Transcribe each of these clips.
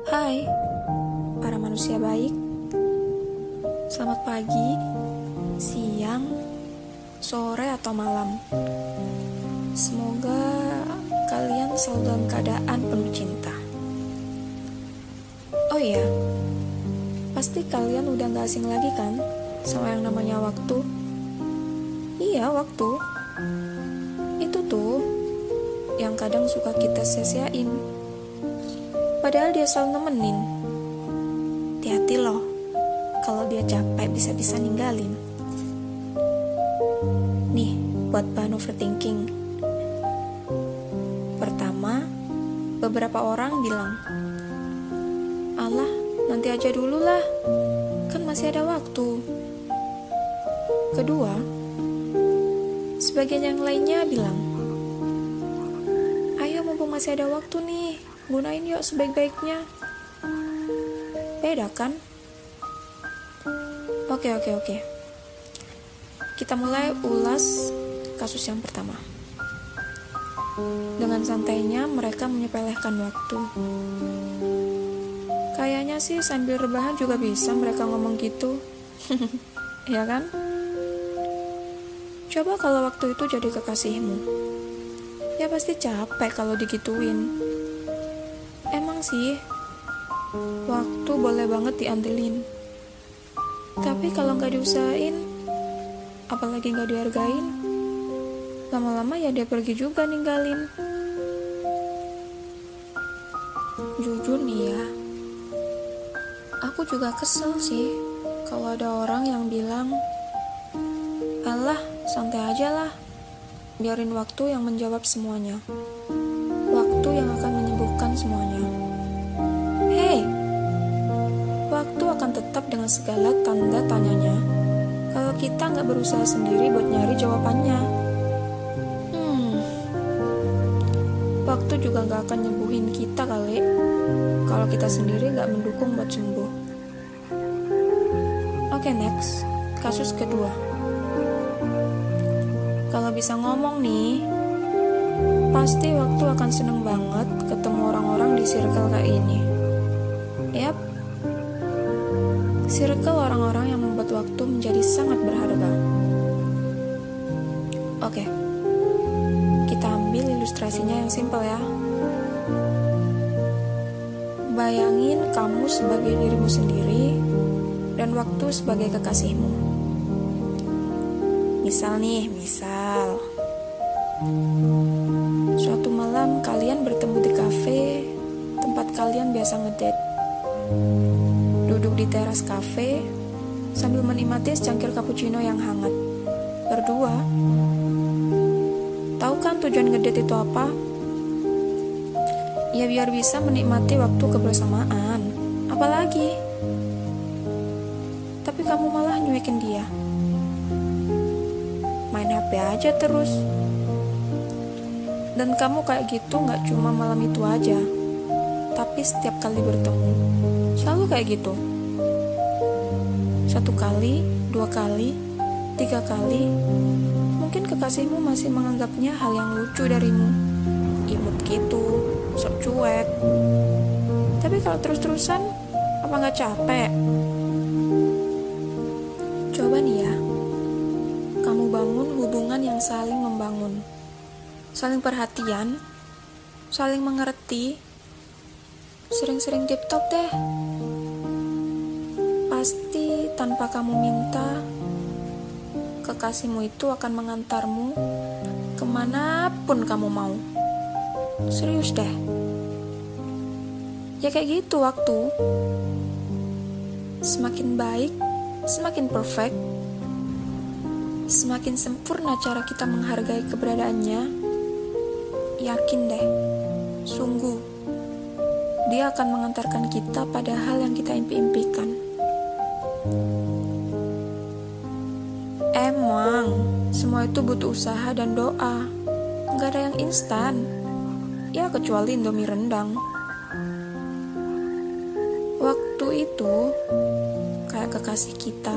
Hai, para manusia baik. Selamat pagi, siang, sore, atau malam. Semoga kalian selalu dalam keadaan penuh cinta. Oh iya, pasti kalian udah gak asing lagi kan sama yang namanya waktu? Iya, waktu. Itu tuh yang kadang suka kita sia-siain. Padahal dia selalu nemenin. Hati-hati loh, kalau dia capek bisa-bisa ninggalin. Nih, buat bahan overthinking. Pertama, beberapa orang bilang, "Alah, nanti aja dulu lah, kan masih ada waktu." Kedua, sebagian yang lainnya bilang, "Ayo mumpung masih ada waktu nih, gunain yuk sebaik-baiknya." Beda kan? Oke. Kita mulai ulas kasus yang pertama. Dengan santainya mereka menyepelekan waktu. Kayaknya sih sambil rebahan juga bisa mereka ngomong gitu. Ya kan? Coba kalau waktu itu jadi kekasihmu. Ya pasti capek kalau digituin. Emang sih, waktu boleh banget diandelin. Tapi kalau nggak diusahain, apalagi nggak dihargain, lama-lama ya dia pergi juga ninggalin. Jujur nih ya, aku juga kesel sih kalau ada orang yang bilang, "Alah, santai aja lah, biarin waktu yang menjawab semuanya. Waktu yang akan menyembuhkan semuanya." Hei, waktu akan tetap dengan segala tanda tanyanya kalau kita nggak berusaha sendiri buat nyari jawabannya. Waktu juga nggak akan nyembuhin kita kali kalau kita sendiri nggak mendukung buat sembuh. Oke, next, kasus kedua. Kalau bisa ngomong nih, pasti waktu akan seneng banget ketemu orang-orang di circle kayak ini. Yap, circle orang-orang yang membuat waktu menjadi sangat berharga. Oke, kita ambil ilustrasinya yang simpel ya. Bayangin kamu sebagai dirimu sendiri dan waktu sebagai kekasihmu. Misal suatu malam kalian bertemu di kafe tempat kalian biasa ngedate. Duduk di teras kafe sambil menikmati secangkir cappuccino yang hangat. Berdua. Tahu kan tujuan ngedate itu apa? Ya biar bisa menikmati waktu kebersamaan. Apalagi? Tapi kamu malah nyuekin dia. Main HP aja terus. Dan kamu kayak gitu gak cuma malam itu aja, tapi setiap kali bertemu selalu kayak gitu. 1 kali, 2 kali, 3 kali, mungkin kekasihmu masih menganggapnya hal yang lucu darimu, imut gitu, sok cuek. Tapi kalau terus-terusan, apa gak capek? Coba nih ya, kamu bangun hubungan yang saling membangun, saling perhatian, saling mengerti, sering-sering deep talk deh. Pasti tanpa kamu minta, kekasihmu itu akan mengantarmu kemanapun kamu mau. Serius deh. Ya kayak gitu waktu. Semakin baik, semakin perfect, semakin sempurna cara kita menghargai keberadaannya. Yakin deh, sungguh, dia akan mengantarkan kita pada hal yang kita impi-impikan. Emang, semua itu butuh usaha dan doa. Gak ada yang instan. Ya kecuali Indomie rendang. Waktu itu kayak kekasih kita.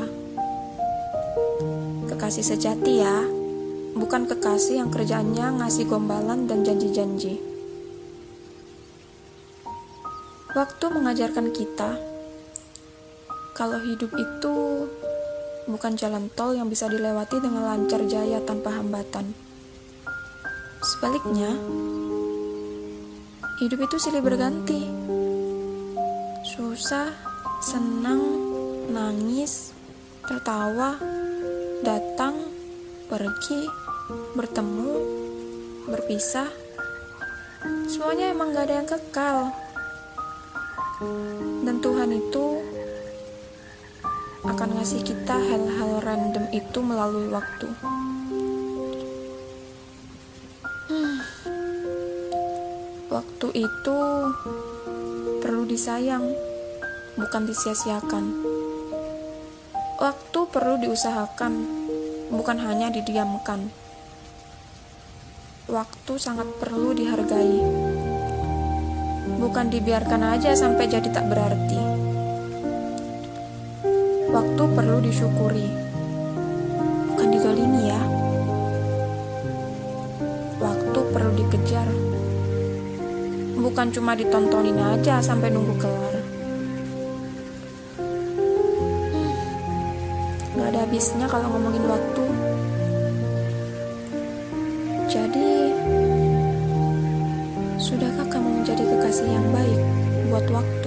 Kekasih sejati ya, bukan kekasih yang kerjaannya ngasih gombalan dan janji-janji. Waktu mengajarkan kita kalau hidup itu bukan jalan tol yang bisa dilewati dengan lancar jaya tanpa hambatan. Sebaliknya, hidup itu silih berganti. Susah, senang, nangis, tertawa, datang, pergi, bertemu, berpisah. Semuanya emang gak ada yang kekal. Dan Tuhan itu akan ngasih kita hal-hal random itu melalui waktu. Waktu itu perlu disayang, bukan disia-siakan. Waktu perlu diusahakan, bukan hanya didiamkan. Waktu sangat perlu dihargai, bukan dibiarkan aja sampai jadi tak berarti. Waktu perlu disyukuri, bukan dizolimi ya. Waktu perlu dikejar, bukan cuma ditontonin aja sampai nunggu kelar. Gak ada habisnya kalau ngomongin waktu. Jadi, sudahkah kamu menjadi kekasih yang baik buat waktu?